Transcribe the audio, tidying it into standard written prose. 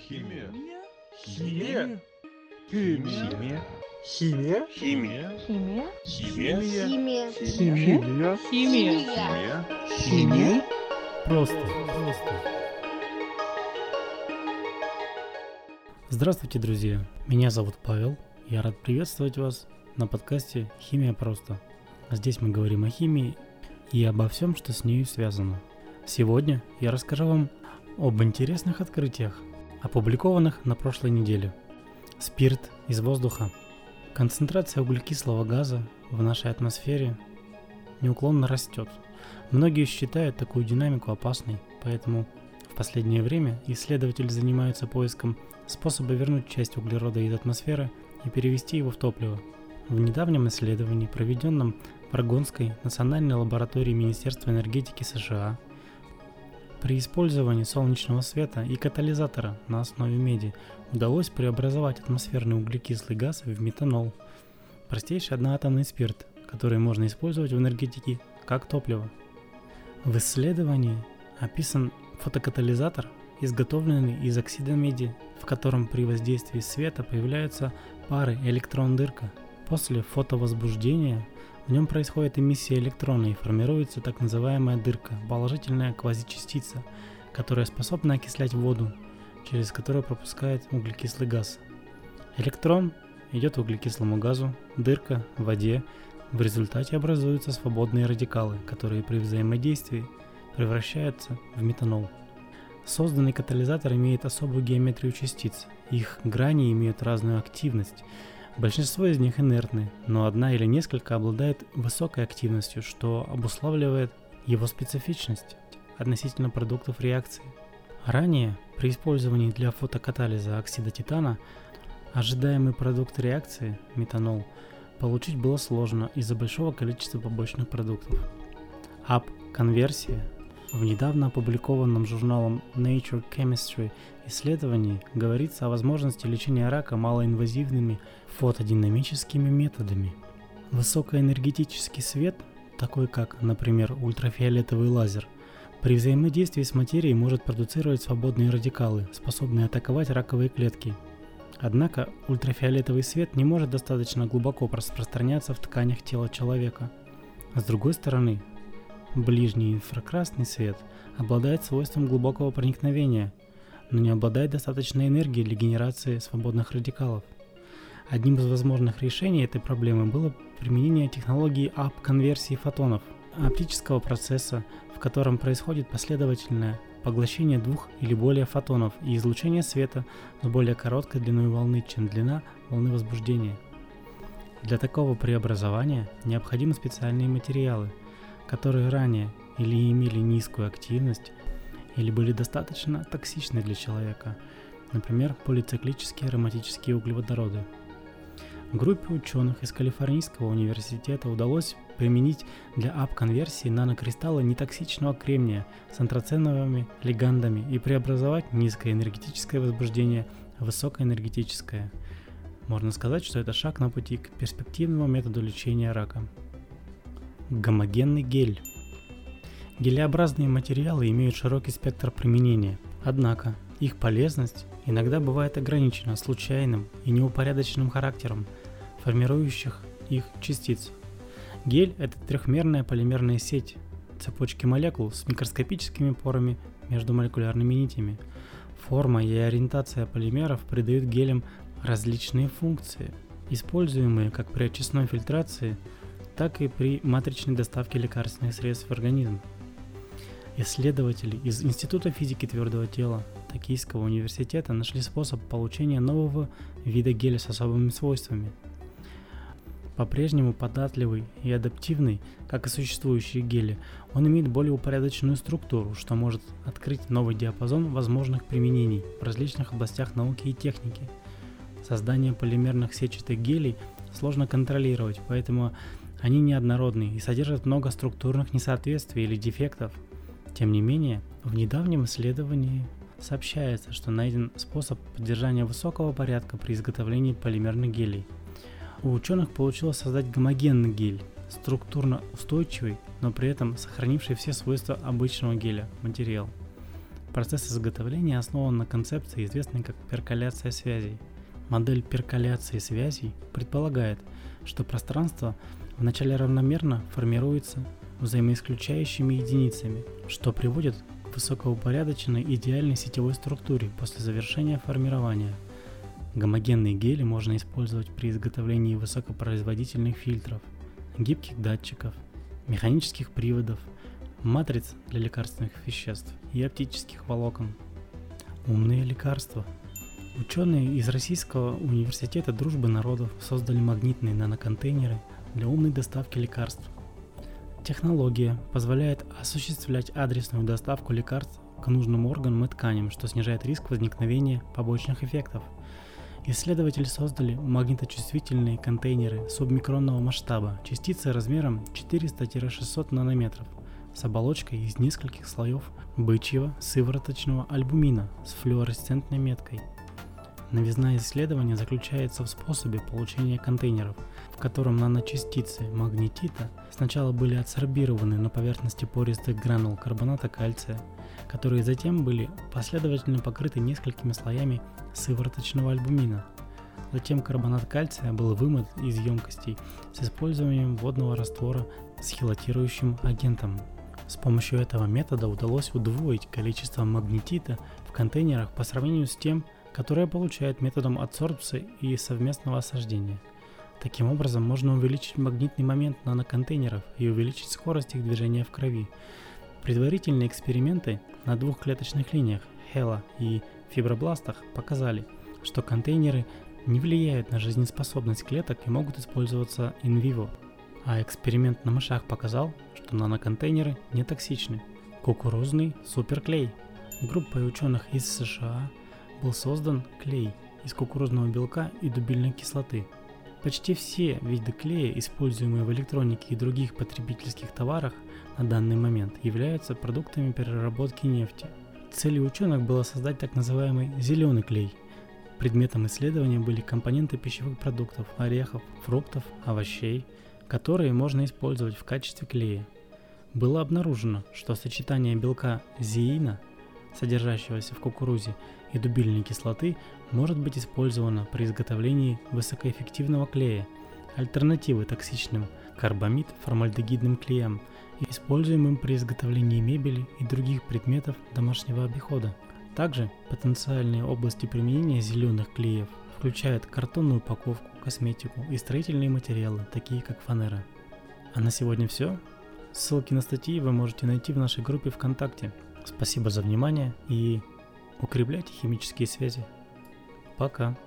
Химия. Химия. Химия. Химия. Химия. Химия. Химия. Химия. Химия. Химия. Химия. Просто. Здравствуйте, друзья! Меня зовут Павел. Я рад приветствовать вас на подкасте «Химия просто». Здесь мы говорим о химии и обо всем, что с нею связано. Сегодня я расскажу вам об интересных открытиях, опубликованных на прошлой неделе. Спирт из воздуха. Концентрация углекислого газа в нашей атмосфере неуклонно растет. Многие считают такую динамику опасной, поэтому в последнее время исследователи занимаются поиском способа вернуть часть углерода из атмосферы и перевести его в топливо. В недавнем исследовании, проведенном в Орегонской национальной лаборатории Министерства энергетики США, при использовании солнечного света и катализатора на основе меди удалось преобразовать атмосферный углекислый газ в метанол, простейший одноатомный спирт, который можно использовать в энергетике как топливо. В исследовании описан фотокатализатор, изготовленный из оксида меди, в котором при воздействии света появляются пары электрон-дырка. После фотовозбуждения в нем происходит эмиссия электрона и формируется так называемая дырка, положительная квазичастица, которая способна окислять воду, через которую пропускает углекислый газ. Электрон идет к углекислому газу, дырка в воде, в результате образуются свободные радикалы, которые при взаимодействии превращаются в метанол. Созданный катализатор имеет особую геометрию частиц, их грани имеют разную активность. Большинство из них инертны, но одна или несколько обладают высокой активностью, что обуславливает его специфичность относительно продуктов реакции. Ранее, при использовании для фотокатализа оксида титана, ожидаемый продукт реакции, метанол, получить было сложно из-за большого количества побочных продуктов. АП-конверсия в недавно опубликованном журналом Nature Chemistry исследовании говорится о возможности лечения рака малоинвазивными фотодинамическими методами. Высокоэнергетический свет, такой как, например, ультрафиолетовый лазер, при взаимодействии с материей может продуцировать свободные радикалы, способные атаковать раковые клетки. Однако ультрафиолетовый свет не может достаточно глубоко распространяться в тканях тела человека. С другой стороны, ближний инфракрасный свет обладает свойством глубокого проникновения, но не обладает достаточной энергией для генерации свободных радикалов. Одним из возможных решений этой проблемы было применение технологии АП-конверсии фотонов, оптического процесса, в котором происходит последовательное поглощение двух или более фотонов и излучение света с более короткой длиной волны, чем длина волны возбуждения. Для такого преобразования необходимы специальные материалы, которые ранее или имели низкую активность, или были достаточно токсичны для человека, например, полициклические ароматические углеводороды. Группе ученых из Калифорнийского университета удалось применить для АП-конверсии нанокристаллы нетоксичного кремния с антраценовыми лигандами и преобразовать низкоэнергетическое возбуждение в высокоэнергетическое. Можно сказать, что это шаг на пути к перспективному методу лечения рака. Гомогенный гель. Гелеобразные материалы имеют широкий спектр применения, однако их полезность иногда бывает ограничена случайным и неупорядоченным характером формирующих их частиц. Гель – это трехмерная полимерная сеть, цепочки молекул с микроскопическими порами между молекулярными нитями. Форма и ориентация полимеров придают гелям различные функции, используемые как при очистной фильтрации, так и при матричной доставке лекарственных средств в организм. Исследователи из Института физики твердого тела Токийского университета нашли способ получения нового вида геля с особыми свойствами. По-прежнему податливый и адаптивный, как и существующие гели, он имеет более упорядоченную структуру, что может открыть новый диапазон возможных применений в различных областях науки и техники. Создание полимерных сетчатых гелей сложно контролировать, поэтому они неоднородны и содержат много структурных несоответствий или дефектов. Тем не менее, в недавнем исследовании сообщается, что найден способ поддержания высокого порядка при изготовлении полимерных гелей. У ученых получилось создать гомогенный гель, структурно устойчивый, но при этом сохранивший все свойства обычного геля материал. Процесс изготовления основан на концепции, известной как перколяция связей. Модель перколяции связей предполагает, что пространство вначале равномерно формируется взаимоисключающими единицами, что приводит к высокоупорядоченной идеальной сетевой структуре после завершения формирования. Гомогенные гели можно использовать при изготовлении высокопроизводительных фильтров, гибких датчиков, механических приводов, матриц для лекарственных веществ и оптических волокон. Умные лекарства. Ученые из Российского университета дружбы народов создали магнитные наноконтейнеры для умной доставки лекарств. Технология позволяет осуществлять адресную доставку лекарств к нужным органам и тканям, что снижает риск возникновения побочных эффектов. Исследователи создали магниточувствительные контейнеры субмикронного масштаба, частицы размером 400-600 нанометров, с оболочкой из нескольких слоев бычьего сывороточного альбумина с флуоресцентной меткой. Новизна исследования заключается в способе получения контейнеров, в котором наночастицы магнетита сначала были адсорбированы на поверхности пористых гранул карбоната кальция, которые затем были последовательно покрыты несколькими слоями сывороточного альбумина. Затем карбонат кальция был вымыт из емкостей с использованием водного раствора с хелатирующим агентом. С помощью этого метода удалось удвоить количество магнетита в контейнерах по сравнению с тем, которое получают методом адсорбции и совместного осаждения. Таким образом, можно увеличить магнитный момент наноконтейнеров и увеличить скорость их движения в крови. Предварительные эксперименты на двухклеточных линиях HeLa и фибробластах показали, что контейнеры не влияют на жизнеспособность клеток и могут использоваться in vivo. А эксперимент на мышах показал, что наноконтейнеры не токсичны. Кукурузный суперклей. Группой ученых из США был создан клей из кукурузного белка и дубильной кислоты. Почти все виды клея, используемые в электронике и других потребительских товарах на данный момент, являются продуктами переработки нефти. Целью ученых было создать так называемый зеленый клей. Предметом исследования были компоненты пищевых продуктов, орехов, фруктов, овощей, которые можно использовать в качестве клея. Было обнаружено, что сочетание белка зеина, содержащегося в кукурузе, и дубильной кислоты может быть использовано при изготовлении высокоэффективного клея, альтернативы токсичным карбамид-формальдегидным клеям, используемым при изготовлении мебели и других предметов домашнего обихода. Также потенциальные области применения зеленых клеев включают картонную упаковку, косметику и строительные материалы, такие как фанера. А на сегодня все. Ссылки на статьи вы можете найти в нашей группе ВКонтакте. Спасибо за внимание и укрепляйте химические связи. Пока.